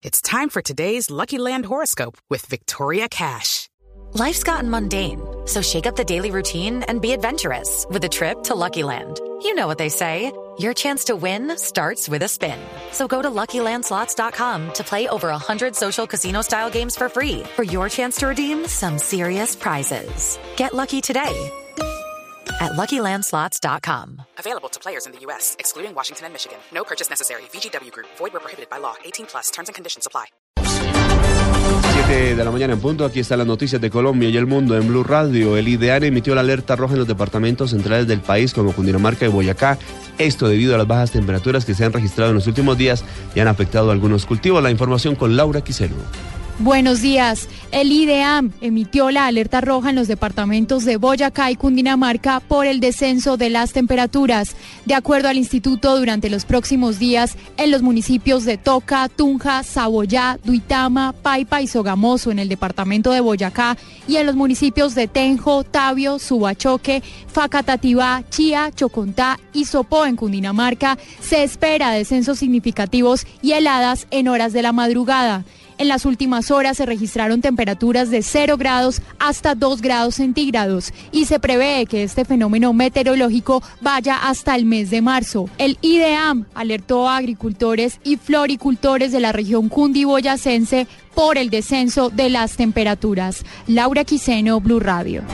It's time for today's Lucky Land horoscope with Victoria Cash. Life's gotten mundane, so shake up the daily routine and be adventurous with a trip to Lucky Land. You know what they say, your chance to win starts with a spin. So go to LuckyLandSlots.com to play over 100 social casino-style games for free for your chance to redeem some serious prizes. Get lucky today at LuckyLandSlots.com. Available to players in the U.S., excluding Washington and Michigan. No purchase necessary. VGW Group. Void where prohibited by law. 18+. Terms and conditions apply. 7 de la mañana en punto, aquí están las noticias de Colombia y el mundo en Blue Radio. El IDEAN emitió la alerta roja en los departamentos centrales del país como Cundinamarca y Boyacá. Esto debido a las bajas temperaturas que se han registrado en los últimos días y han afectado a algunos cultivos. La información con Laura Quiseno. Buenos días. El IDEAM emitió la alerta roja en los departamentos de Boyacá y Cundinamarca por el descenso de las temperaturas. De acuerdo al instituto, durante los próximos días, en los municipios de Toca, Tunja, Saboyá, Duitama, Paipa y Sogamoso en el departamento de Boyacá y en los municipios de Tenjo, Tabio, Subachoque, Facatativá, Chía, Chocontá y Sopó en Cundinamarca, se espera descensos significativos y heladas en horas de la madrugada. En las últimas horas se registraron temperaturas de 0 grados hasta 2 grados centígrados y se prevé que este fenómeno meteorológico vaya hasta el mes de marzo. El IDEAM alertó a agricultores y floricultores de la región cundiboyacense por el descenso de las temperaturas. Laura Quiseno, Blue Radio.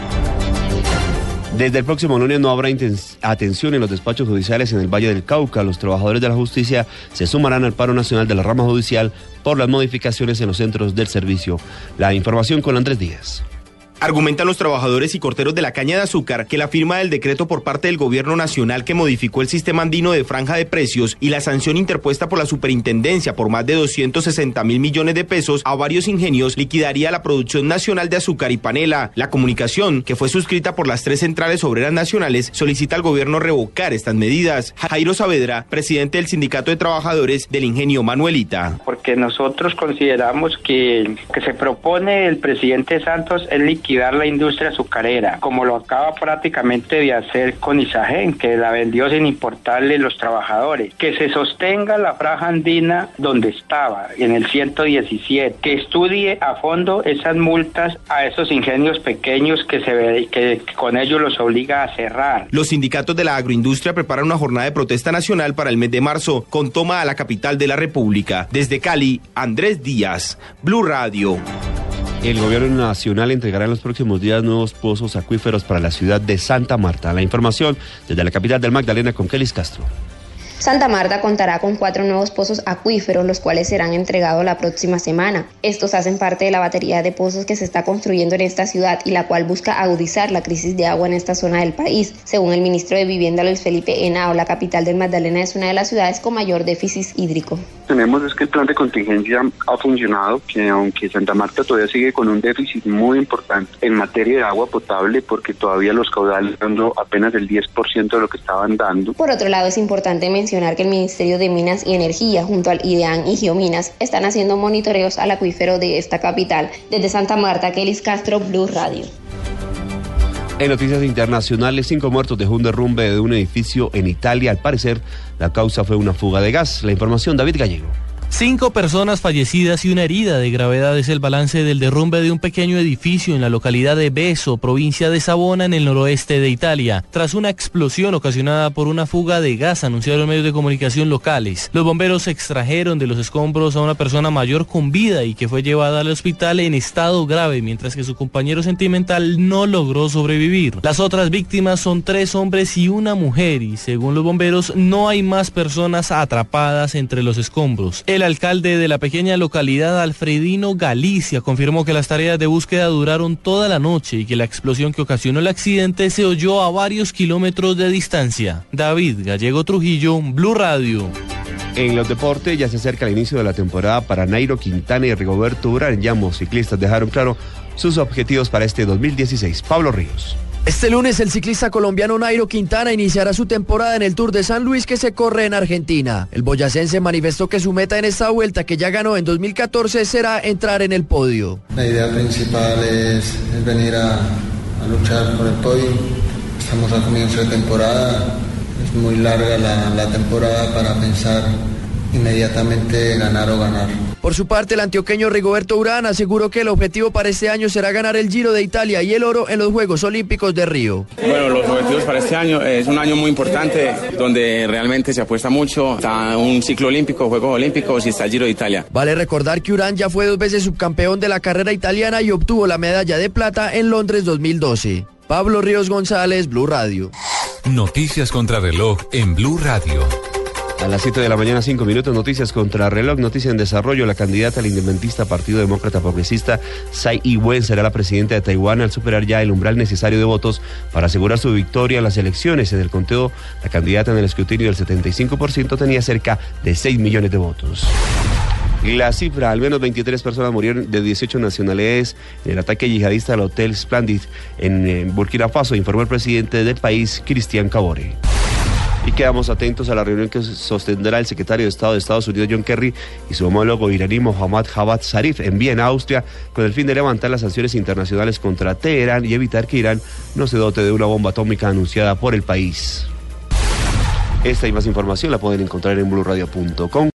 Desde el próximo lunes no habrá atención en los despachos judiciales en el Valle del Cauca. Los trabajadores de la justicia se sumarán al paro nacional de la rama judicial por las modificaciones en los centros del servicio. La información con Andrés Díaz. Argumentan los trabajadores y corteros de la caña de azúcar que la firma del decreto por parte del gobierno nacional que modificó el sistema andino de franja de precios y la sanción interpuesta por la superintendencia por más de 260.000 millones de pesos a varios ingenios liquidaría la producción nacional de azúcar y panela. La comunicación, que fue suscrita por las 3 centrales obreras nacionales, solicita al gobierno revocar estas medidas. Jairo Saavedra, presidente del Sindicato de Trabajadores del Ingenio Manuelita. Porque nosotros consideramos que se propone el presidente Santos es liquidar la industria azucarera, como lo acaba prácticamente de hacer con Isagen, que la vendió sin importarle los trabajadores. Que se sostenga la franja andina donde estaba, en el 117, que estudie a fondo esas multas a esos ingenios pequeños que con ellos los obliga a cerrar. Los sindicatos de la agroindustria preparan una jornada de protesta nacional para el mes de marzo, con toma a la capital de la República. Desde Cali, Andrés Díaz, Blue Radio. El gobierno nacional entregará en los próximos días nuevos pozos acuíferos para la ciudad de Santa Marta. La información desde la capital del Magdalena con Kelis Castro. Santa Marta contará con 4 nuevos pozos acuíferos, los cuales serán entregados la próxima semana. Estos hacen parte de la batería de pozos que se está construyendo en esta ciudad y la cual busca agudizar la crisis de agua en esta zona del país. Según el ministro de Vivienda, Luis Felipe Henao, la capital del Magdalena es una de las ciudades con mayor déficit hídrico. Tenemos es que el plan de contingencia ha funcionado, que aunque Santa Marta todavía sigue con un déficit muy importante en materia de agua potable, porque todavía los caudales dando apenas el 10% de lo que estaban dando. Por otro lado, es importante mencionar que el Ministerio de Minas y Energía, junto al IDEAN y Geominas, están haciendo monitoreos al acuífero de esta capital. Desde Santa Marta, Kelis Castro, Blue Radio. En noticias internacionales, 5 muertos dejó un derrumbe de un edificio en Italia. Al parecer, la causa fue una fuga de gas. La información, David Gallego. 5 personas fallecidas y una herida de gravedad es el balance del derrumbe de un pequeño edificio en la localidad de Beso, provincia de Savona, en el noroeste de Italia, tras una explosión ocasionada por una fuga de gas, anunciaron medios de comunicación locales. Los bomberos extrajeron de los escombros a una persona mayor con vida y que fue llevada al hospital en estado grave, mientras que su compañero sentimental no logró sobrevivir. Las otras víctimas son 3 hombres y una mujer y, según los bomberos, no hay más personas atrapadas entre los escombros. El alcalde de la pequeña localidad, Alfredino Galicia, confirmó que las tareas de búsqueda duraron toda la noche y que la explosión que ocasionó el accidente se oyó a varios kilómetros de distancia. David Gallego Trujillo, Blue Radio. En los deportes ya se acerca el inicio de la temporada para Nairo Quintana y Rigoberto Urán. Ya ambos ciclistas dejaron claro sus objetivos para este 2016. Pablo Ríos. Este lunes el ciclista colombiano Nairo Quintana iniciará su temporada en el Tour de San Luis que se corre en Argentina. El boyacense manifestó que su meta en esta vuelta que ya ganó en 2014 será entrar en el podio. La idea principal es venir a luchar por el podio. Estamos a comienzo de temporada, es muy larga la temporada para pensar inmediatamente ganar o ganar. Por su parte, el antioqueño Rigoberto Urán aseguró que el objetivo para este año será ganar el Giro de Italia y el oro en los Juegos Olímpicos de Río. Bueno, los objetivos para este año es un año muy importante donde realmente se apuesta mucho. Está un ciclo olímpico, Juegos Olímpicos y está el Giro de Italia. Vale recordar que Urán ya fue 2 veces subcampeón de la carrera italiana y obtuvo la medalla de plata en Londres 2012. Pablo Ríos González, Blue Radio. Noticias contra reloj en Blue Radio. A las 7 de la mañana, 5 minutos, noticias contra reloj, noticia en desarrollo. La candidata al independentista Partido Demócrata Progresista, Tsai Ing-wen, será la presidenta de Taiwán al superar ya el umbral necesario de votos para asegurar su victoria en las elecciones. En el conteo, la candidata en el escrutinio del 75% tenía cerca de 6 millones de votos. La cifra, al menos 23 personas murieron de 18 nacionalidades en el ataque yihadista al Hotel Splendid en Burkina Faso, informó el presidente del país, Christian Cabore. Y quedamos atentos a la reunión que sostendrá el secretario de Estado de Estados Unidos, John Kerry, y su homólogo iraní, Mohammad Javad Zarif, en Viena, Austria, con el fin de levantar las sanciones internacionales contra Teherán y evitar que Irán no se dote de una bomba atómica anunciada por el país. Esta y más información la pueden encontrar en BlueRadio.com.